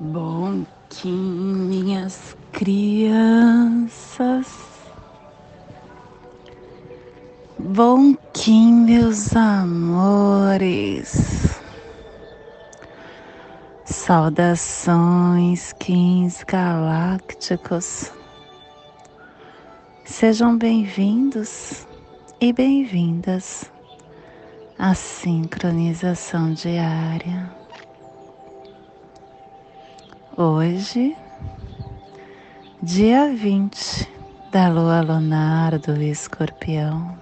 Bom Kim, minhas crianças. Bom Kim, meus amores. Saudações, Kims galácticos. Sejam bem-vindos e bem-vindas à sincronização diária. Hoje, dia 20 da lua lunar do Escorpião,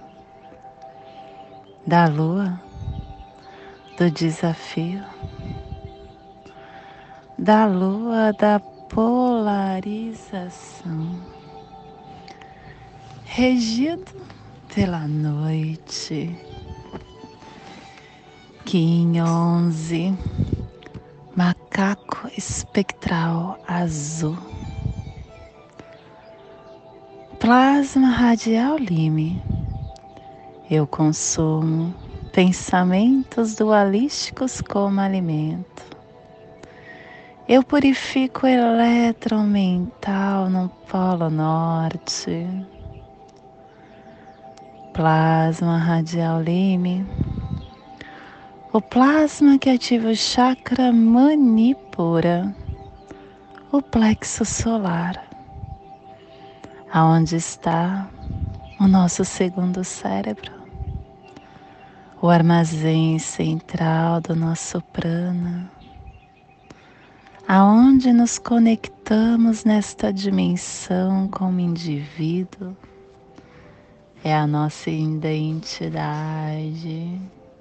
da lua do desafio, da lua da polarização, regido pela noite. Kim 11, macaco espectral azul, plasma radial Lime. Eu consumo pensamentos dualísticos como alimento. Eu purifico o elétron mental no Polo Norte. Plasma radial Lime. O plasma que ativa o chakra Manipura, o plexo solar, aonde está o nosso segundo cérebro, o armazém central do nosso prana, aonde nos conectamos nesta dimensão como indivíduo, é a nossa identidade.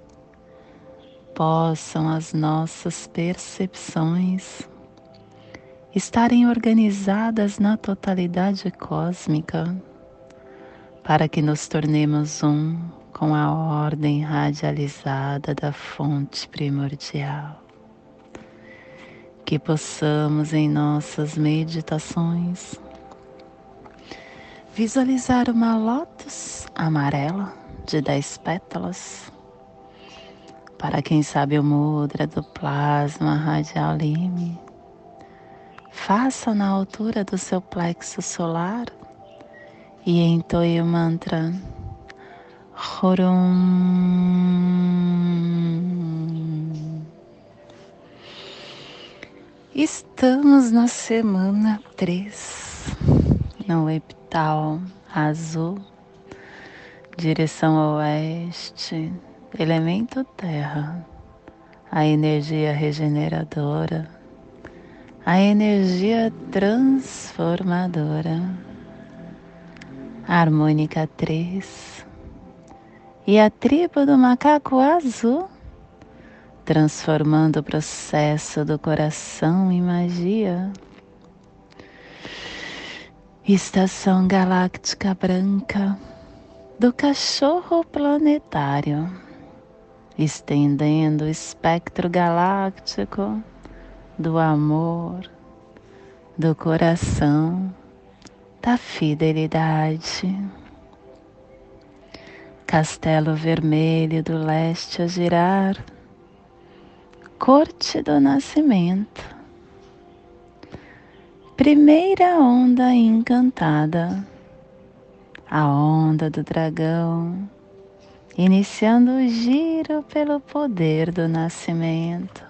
Possam as nossas percepções estarem organizadas na totalidade cósmica, para que nos tornemos um com a ordem radializada da fonte primordial. Que possamos em nossas meditações visualizar uma lótus amarela de 10 pétalas, para quem sabe o mudra do plasma radial Lime. Faça na altura do seu plexo solar e entoie o mantra Horum. Estamos na semana 3, no epital azul, direção oeste, elemento terra, a energia regeneradora, a energia transformadora, a harmônica 3 e a tribo do macaco azul, transformando o processo do coração em magia. Estação galáctica branca do cachorro planetário, estendendo o espectro galáctico do amor, do coração, da fidelidade. Castelo vermelho do leste a girar, corte do nascimento. Primeira onda encantada, a onda do dragão, iniciando o giro pelo poder do nascimento.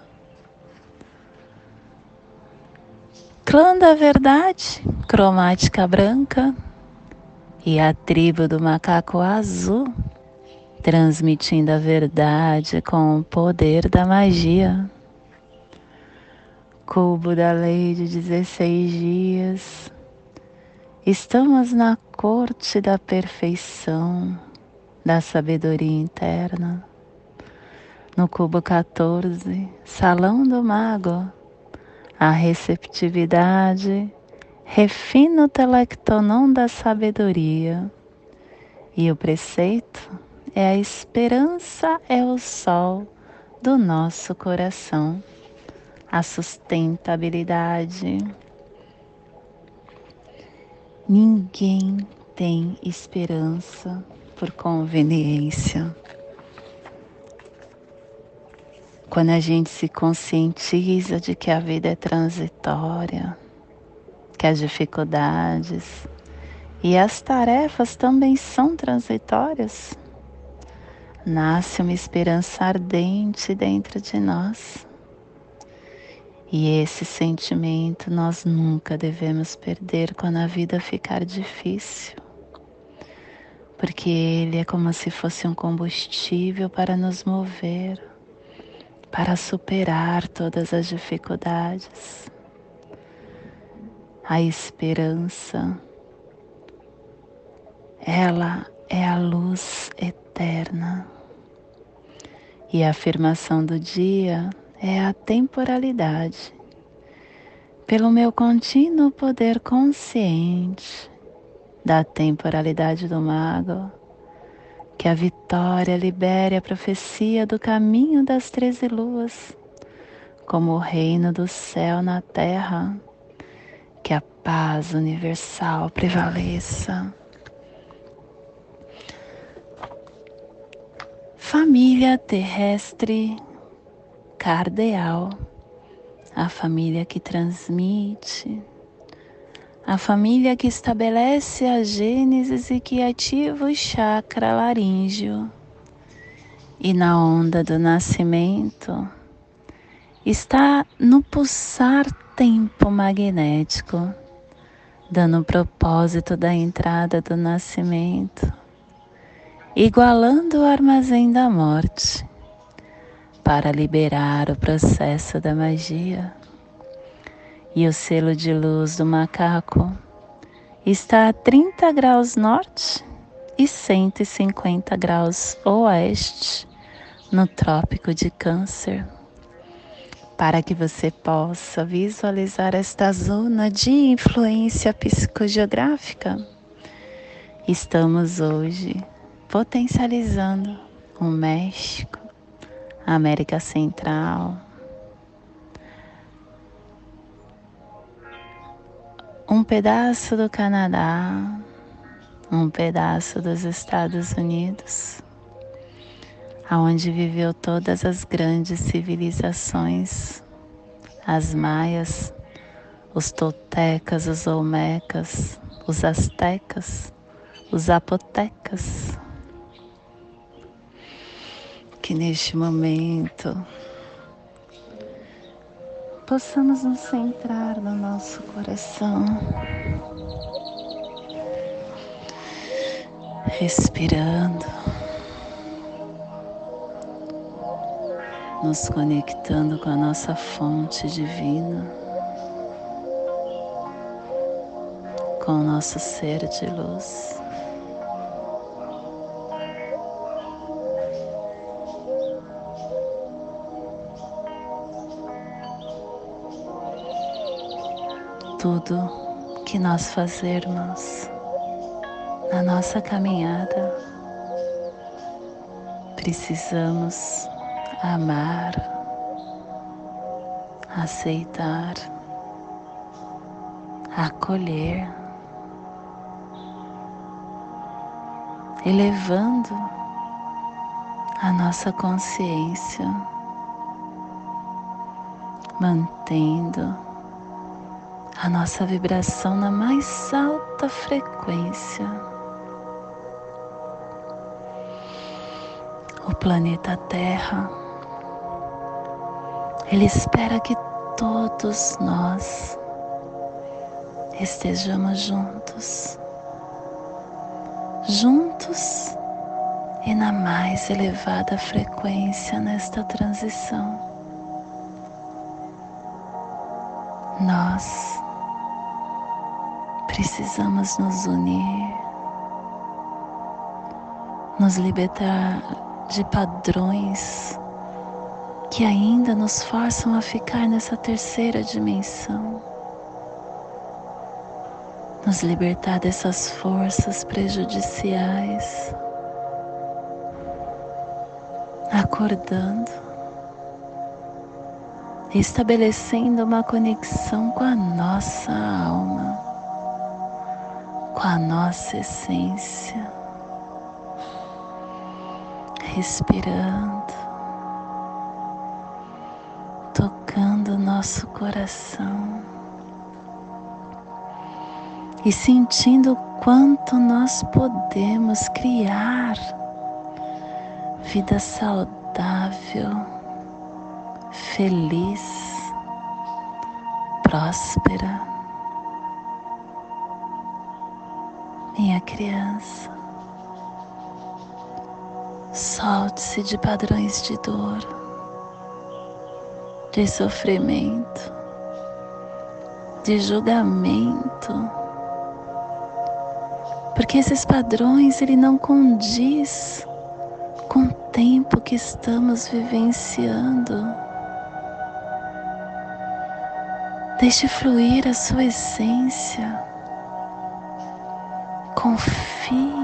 Clã da verdade, cromática branca, e a tribo do macaco azul, transmitindo a verdade com o poder da magia. Cubo da lei de 16 dias, estamos na corte da perfeição, da sabedoria interna. No cubo 14, salão do mago, a receptividade refina o telectonon da sabedoria, e o preceito é a esperança, é o sol do nosso coração, a sustentabilidade. Ninguém tem esperança por conveniência. quando a gente se conscientiza de que a vida é transitória, que as dificuldades e as tarefas também são transitórias, nasce uma esperança ardente dentro de nós. E esse sentimento nós nunca devemos perder quando a vida ficar difícil, porque ele é como se fosse um combustível para nos mover, para superar todas as dificuldades. A esperança, ela é a luz eterna. E a afirmação do dia é a temporalidade. Pelo meu contínuo poder consciente da temporalidade do mago, que a vitória libere a profecia do caminho das 13 luas, como o reino do céu na terra, que a paz universal prevaleça. Família terrestre cardeal, a família que transmite, a família que estabelece a gênesis e que ativa o chakra laríngeo. E na onda do nascimento está no pulsar tempo magnético, dando o propósito da entrada do nascimento, igualando o armazém da morte, para liberar o processo da magia. E o selo de luz do macaco está a 30 graus norte e 150 graus oeste no Trópico de Câncer, para que você possa visualizar esta zona de influência psicogeográfica. Estamos hoje potencializando o México, a América Central, um pedaço do Canadá, um pedaço dos Estados Unidos, aonde viveu todas as grandes civilizações, as maias, os toltecas, os olmecas, os astecas, os zapotecas. Que neste momento possamos nos centrar no nosso coração, respirando, nos conectando com a nossa fonte divina, com o nosso ser de luz. Tudo que nós fazermos na nossa caminhada, precisamos amar, aceitar, acolher, elevando a nossa consciência, mantendo a nossa vibração na mais alta frequência. O planeta Terra, ele espera que todos nós estejamos juntos e na mais elevada frequência nesta transição. Nós precisamos nos unir, nos libertar de padrões que ainda nos forçam a ficar nessa terceira dimensão, nos libertar dessas forças prejudiciais, acordando, estabelecendo uma conexão com a nossa alma, com a nossa essência, respirando, nosso coração e sentindo o quanto nós podemos criar vida saudável, feliz, próspera. Minha criança, solte-se de padrões de dor, de sofrimento, de julgamento, porque esses padrões ele não condiz com o tempo que estamos vivenciando. Deixe fluir a sua essência. Confie.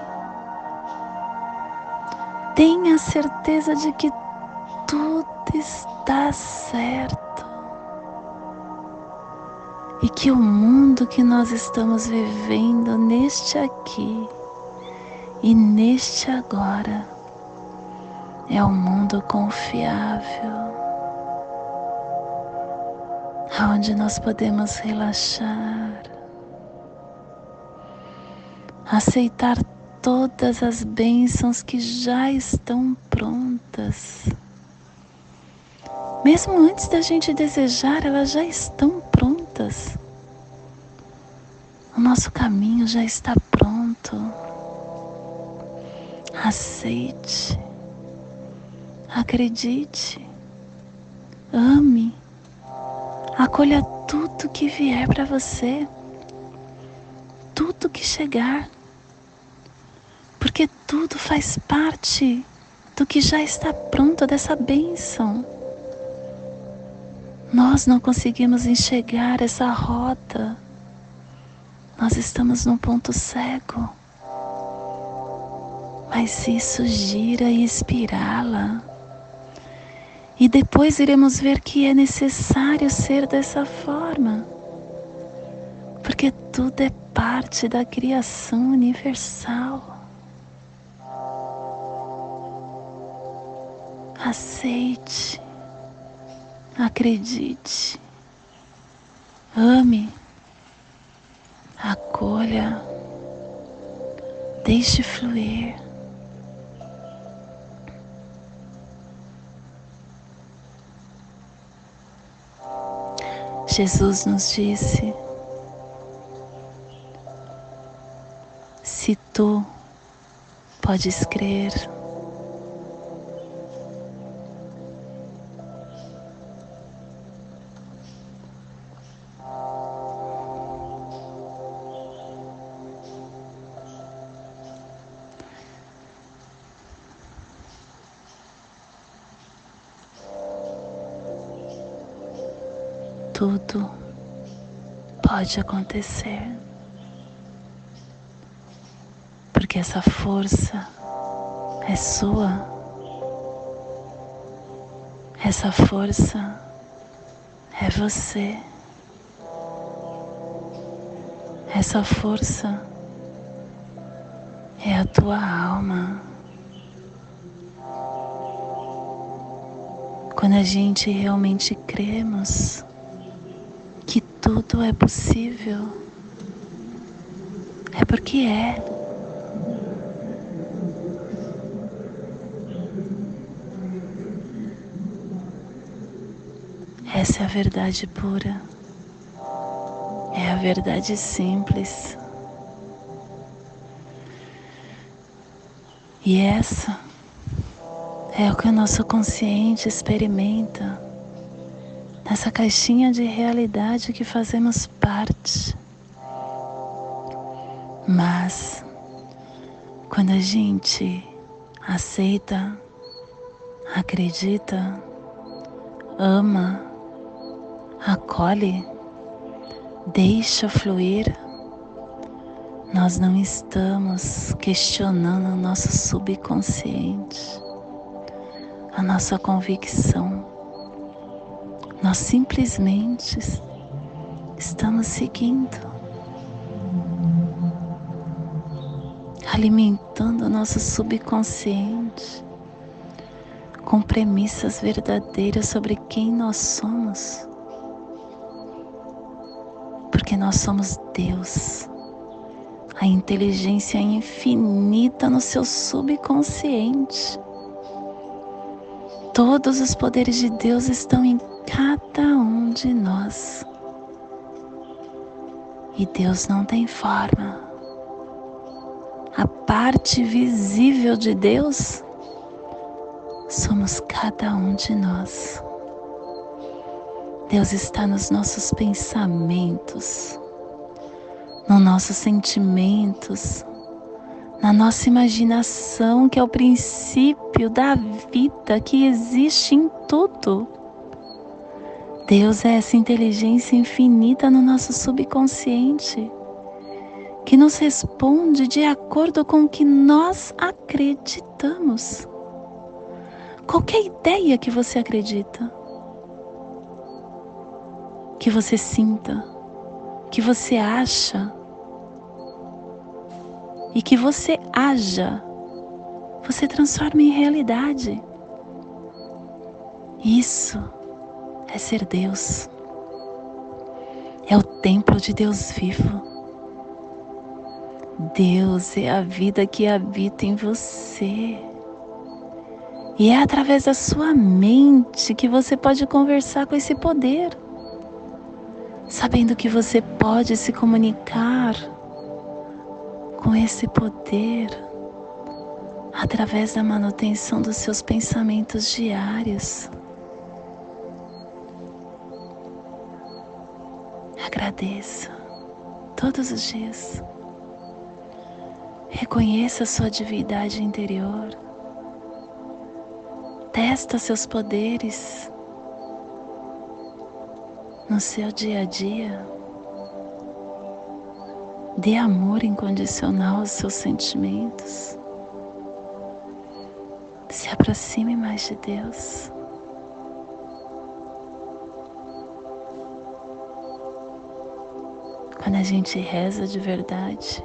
Tenha certeza de que tudo está certo. E que o mundo que nós estamos vivendo neste aqui e neste agora é um mundo confiável, onde nós podemos relaxar, aceitar todas as bênçãos que já estão prontas. Mesmo antes da gente desejar, elas já estão prontas. O nosso caminho já está pronto. Aceite, acredite, ame, acolha tudo que vier para você, tudo que chegar, porque tudo faz parte do que já está pronto, dessa bênção. Nós não conseguimos enxergar essa rota, nós estamos num ponto cego, mas isso gira e espirala, e depois iremos ver que é necessário ser dessa forma, porque tudo é parte da criação universal. Aceite, acredite, ame, acolha, deixe fluir. Jesus nos disse: se tu podes crer, tudo pode acontecer, porque essa força é sua, essa força é você, essa força é a tua alma. Quando a gente realmente cremos que tudo é possível, é porque é. Essa é a verdade pura, é a verdade simples. E essa é o que o nosso consciente experimenta nessa caixinha de realidade que fazemos parte. Mas quando a gente aceita, acredita, ama, acolhe, deixa fluir, nós não estamos questionando o nosso subconsciente, a nossa convicção. Nós simplesmente estamos seguindo, alimentando o nosso subconsciente com premissas verdadeiras sobre quem nós somos, porque nós somos Deus. A inteligência infinita no seu subconsciente. Todos os poderes de Deus estão em cada um de nós. E Deus não tem forma. A parte visível de Deus somos cada um de nós. Deus está nos nossos pensamentos, nos nossos sentimentos, na nossa imaginação, que é o princípio da vida que existe em tudo. Deus é essa inteligência infinita no nosso subconsciente, que nos responde de acordo com o que nós acreditamos. Qualquer ideia que você acredita, que você sinta, que você acha e que você haja, você transforma em realidade. Isso é ser Deus. É o templo de Deus vivo. Deus é a vida que habita em você. E é através da sua mente que você pode conversar com esse poder, sabendo que você pode se comunicar com esse poder através da manutenção dos seus pensamentos diários. Agradeça todos os dias. Reconheça a sua divindade interior. Testa seus poderes no seu dia a dia. Dê amor incondicional aos seus sentimentos. Se aproxime mais de Deus. Quando a gente reza de verdade,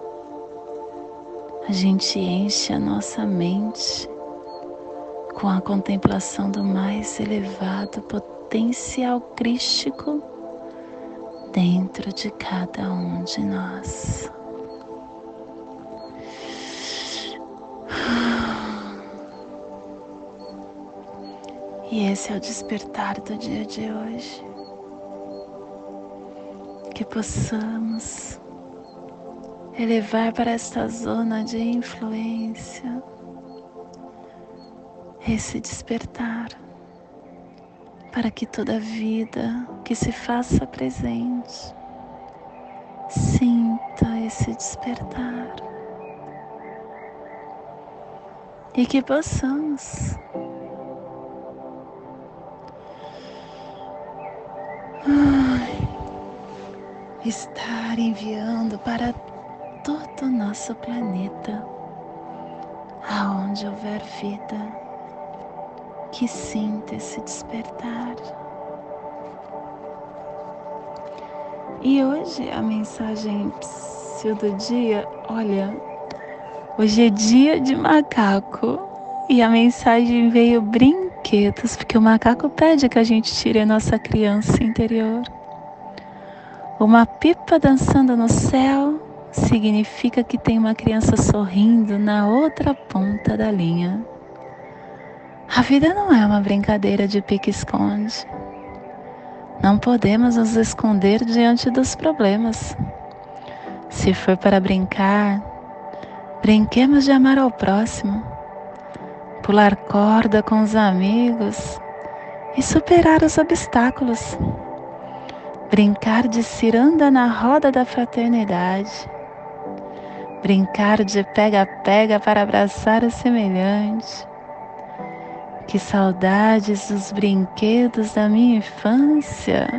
a gente enche a nossa mente com a contemplação do mais elevado potencial crístico dentro de cada um de nós. E esse é o despertar do dia de hoje. Que possamos elevar para esta zona de influência esse despertar, para que toda vida que se faça presente sinta esse despertar e que possamos estar enviando para todo o nosso planeta, aonde houver vida, que sinta esse despertar. E hoje a mensagem do dia, olha, hoje é dia de macaco e a mensagem veio brinquedos, porque o macaco pede que a gente tire a nossa criança interior. Uma pipa dançando no céu significa que tem uma criança sorrindo na outra ponta da linha. A vida não é uma brincadeira de pique-esconde. Não podemos nos esconder diante dos problemas. Se for para brincar, brinquemos de amar ao próximo, pular corda com os amigos e superar os obstáculos. Brincar de ciranda na roda da fraternidade. Brincar de pega-pega para abraçar o semelhante. Que saudades dos brinquedos da minha infância.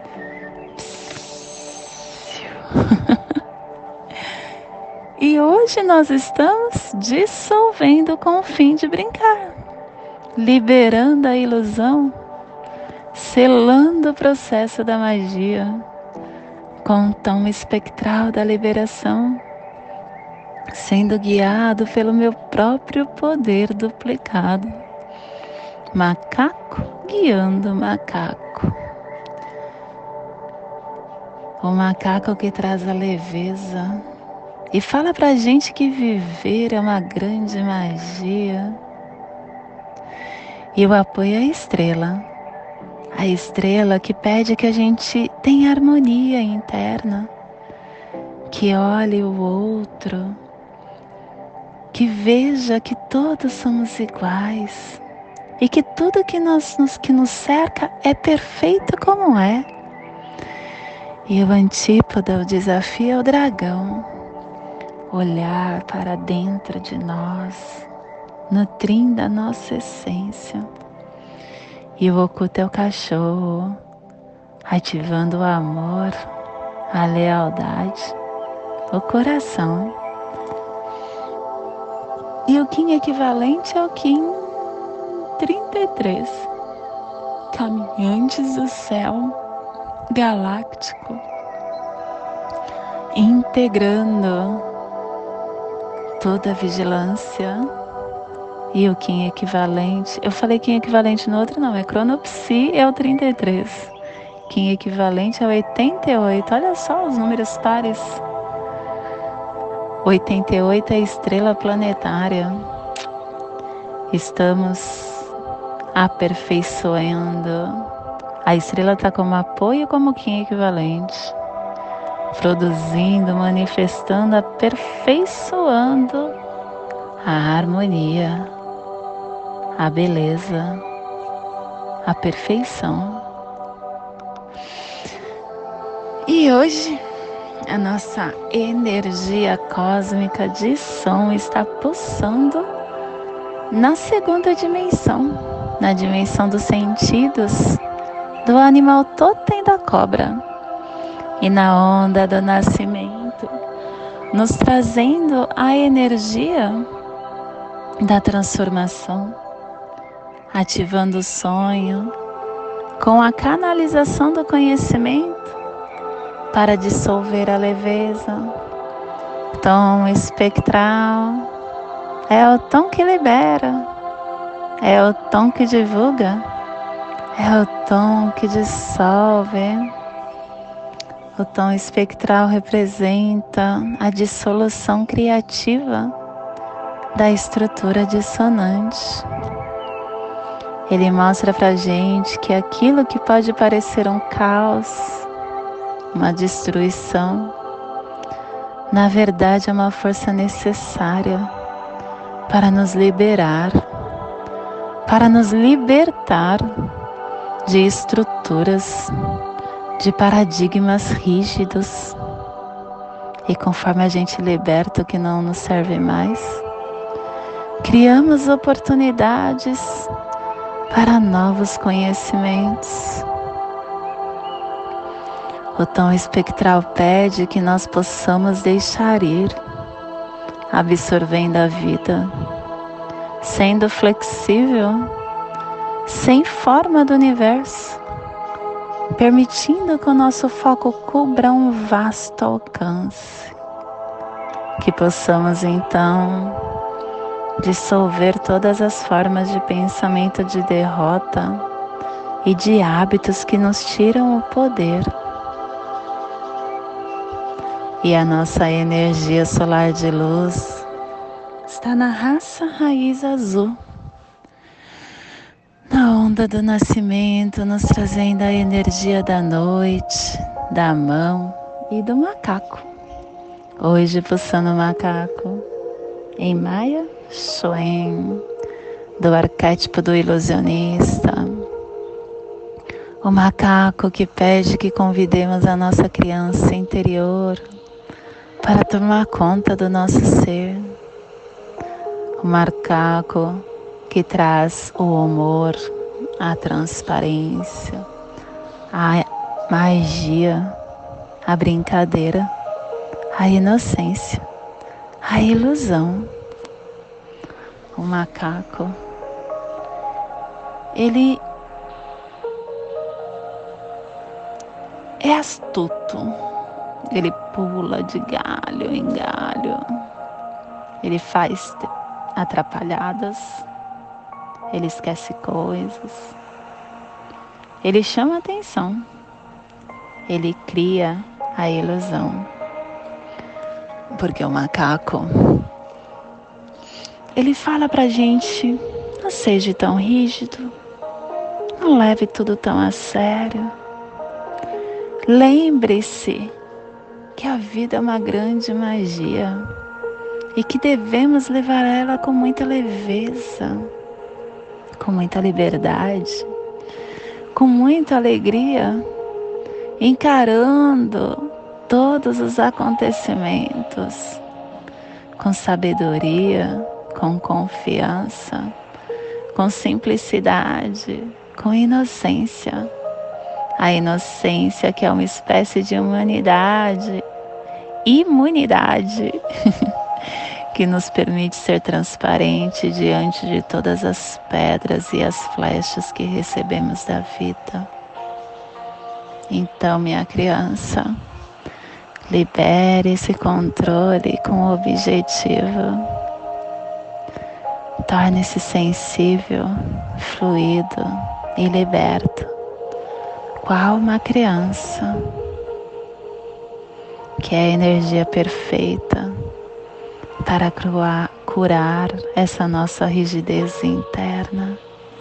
E hoje nós estamos dissolvendo com o fim de brincar, liberando a ilusão, selando o processo da magia, com o tom espectral da liberação, sendo guiado pelo meu próprio poder duplicado. Macaco guiando macaco. O macaco que traz a leveza e fala pra gente que viver é uma grande magia. E o apoio é a estrela que pede que a gente tenha harmonia interna, que olhe o outro, que veja que todos somos iguais e que tudo que nos cerca é perfeito como é. E o antípoda, o desafio é o dragão, olhar para dentro de nós, nutrindo a nossa essência. E o oculto é o cachorro, ativando o amor, a lealdade, o coração. E o Kim equivalente é o Kim 33, caminhantes do céu galáctico, integrando toda a vigilância. E o Kim equivalente, eu falei Kim equivalente no outro não, é Cronopsi, é o 33. Kim equivalente é o 88, olha só os números pares. 88 é a estrela planetária. Estamos aperfeiçoando. A estrela está como apoio, como Kim equivalente, produzindo, manifestando, aperfeiçoando a harmonia, a beleza, a perfeição. E hoje a nossa energia cósmica de som está pulsando na segunda dimensão, na dimensão dos sentidos, do animal totem da cobra, e na onda do nascimento, nos trazendo a energia da transformação, ativando o sonho com a canalização do conhecimento para dissolver a leveza. Tom espectral é o tom que libera, é o tom que divulga, é o tom que dissolve. O tom espectral representa a dissolução criativa da estrutura dissonante. Ele mostra pra gente que aquilo que pode parecer um caos, uma destruição, na verdade é uma força necessária para nos liberar, para nos libertar de estruturas, de paradigmas rígidos. E conforme a gente liberta o que não nos serve mais, criamos oportunidades para novos conhecimentos. O tom espectral pede que nós possamos deixar ir, absorvendo a vida, sendo flexível, sem forma do universo, permitindo que o nosso foco cubra um vasto alcance, que possamos então dissolver todas as formas de pensamento de derrota e de hábitos que nos tiram o poder. E a nossa energia solar de luz está na raça raiz azul, na onda do nascimento, nos trazendo a energia da noite, da mão e do macaco. Hoje pulsando o macaco em Maia Choen, do arquétipo do ilusionista. O macaco que pede que convidemos a nossa criança interior para tomar conta do nosso ser. O macaco que traz o humor, a transparência, a magia, a brincadeira, a inocência, a ilusão. O macaco, ele é astuto, ele pula de galho em galho, ele faz atrapalhadas, ele esquece coisas, ele chama atenção, ele cria a ilusão. Porque o macaco, ele fala pra gente: não seja tão rígido, não leve tudo tão a sério. Lembre-se que a vida é uma grande magia e que devemos levar ela com muita leveza, com muita liberdade, com muita alegria, encarando todos os acontecimentos com sabedoria, com confiança, com simplicidade, com inocência. A inocência que é uma espécie de imunidade, que nos permite ser transparente diante de todas as pedras e as flechas que recebemos da vida. Então, minha criança, libere esse controle com o objetivo. Torne-se sensível, fluido e liberto, qual uma criança, que é a energia perfeita para curar essa nossa rigidez interna.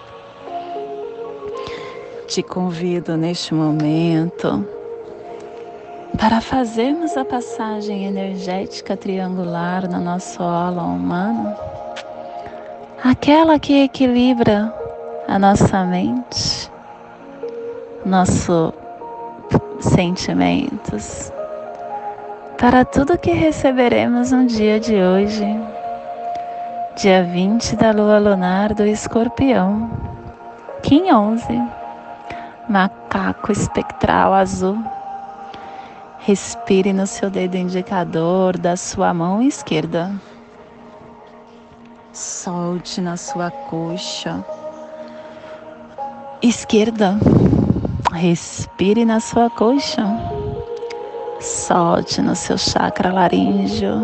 Te convido neste momento para fazermos a passagem energética triangular no nosso ólon humano, aquela que equilibra a nossa mente, nossos sentimentos, para tudo que receberemos no dia de hoje, dia 20 da lua lunar do Escorpião, Kim 11, macaco espectral azul. Respire no seu dedo indicador da sua mão esquerda. Solte na sua coxa esquerda. Respire na sua coxa. Solte no seu chakra laríngeo.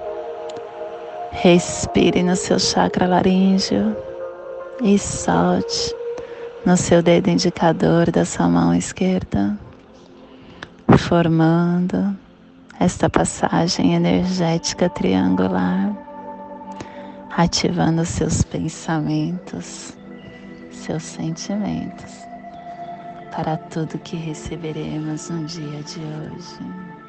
Respire no seu chakra laríngeo. E solte no seu dedo indicador da sua mão esquerda, formando esta passagem energética triangular, ativando seus pensamentos, seus sentimentos, para tudo que receberemos no dia de hoje.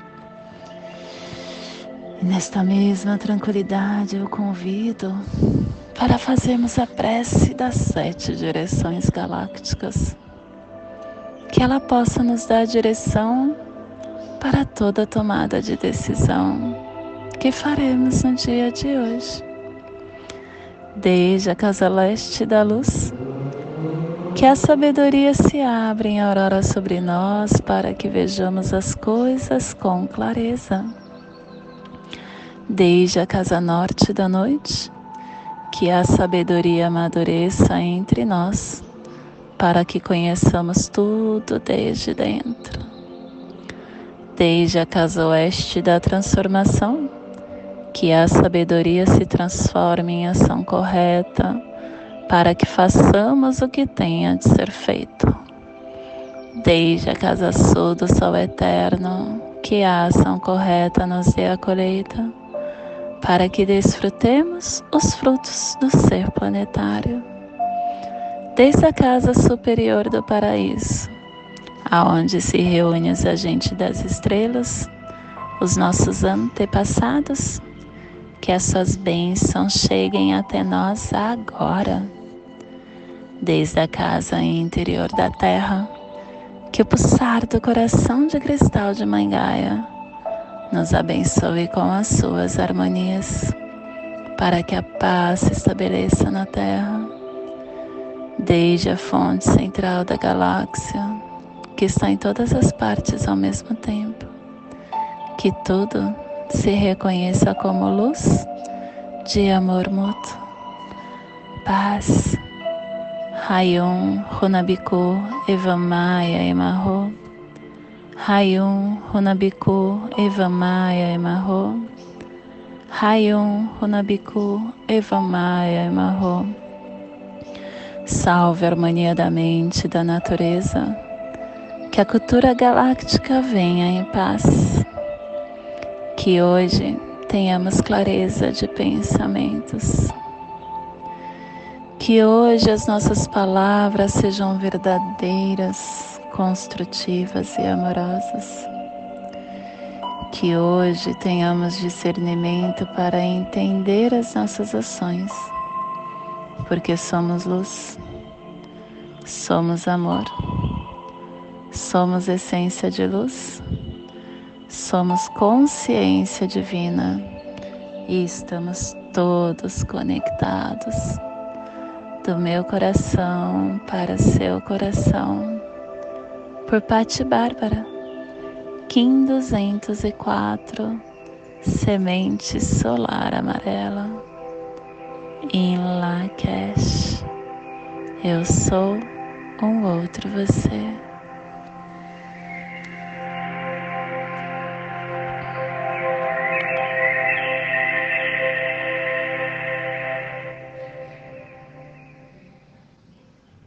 E nesta mesma tranquilidade eu convido para fazermos a prece das 7 direções galácticas, que ela possa nos dar direção para toda tomada de decisão que faremos no dia de hoje. Desde a casa leste da luz, que a sabedoria se abra em aurora sobre nós para que vejamos as coisas com clareza. Desde a casa norte da noite, que a sabedoria amadureça entre nós para que conheçamos tudo desde dentro. Desde a casa oeste da transformação, que a sabedoria se transforme em ação correta para que façamos o que tenha de ser feito. Desde a casa sul do sol eterno, que a ação correta nos dê a colheita para que desfrutemos os frutos do ser planetário. Desde a casa superior do paraíso, aonde se reúnem os agentes das estrelas, os nossos antepassados, que as suas bênçãos cheguem até nós agora. Desde a casa interior da terra, que o pulsar do coração de cristal de Mãe Gaia nos abençoe com as suas harmonias, para que a paz se estabeleça na terra. Desde a fonte central da galáxia, que está em todas as partes ao mesmo tempo, que tudo se reconheça como luz de amor mútuo. Paz. Rayon Runabiku Evamaya Emarro. Rayon Runabiku Evamaya Emarro. Rayon Runabiku Evamaya Emarro. Salve a harmonia da mente e da natureza. Que a cultura galáctica venha em paz. Que hoje tenhamos clareza de pensamentos. Que hoje as nossas palavras sejam verdadeiras, construtivas e amorosas. Que hoje tenhamos discernimento para entender as nossas ações, porque somos luz, somos amor, somos essência de luz, somos consciência divina e estamos todos conectados, do meu coração para seu coração, por Patti Bárbara. Kim 204, semente solar amarela, em Lakesh, eu sou um outro você.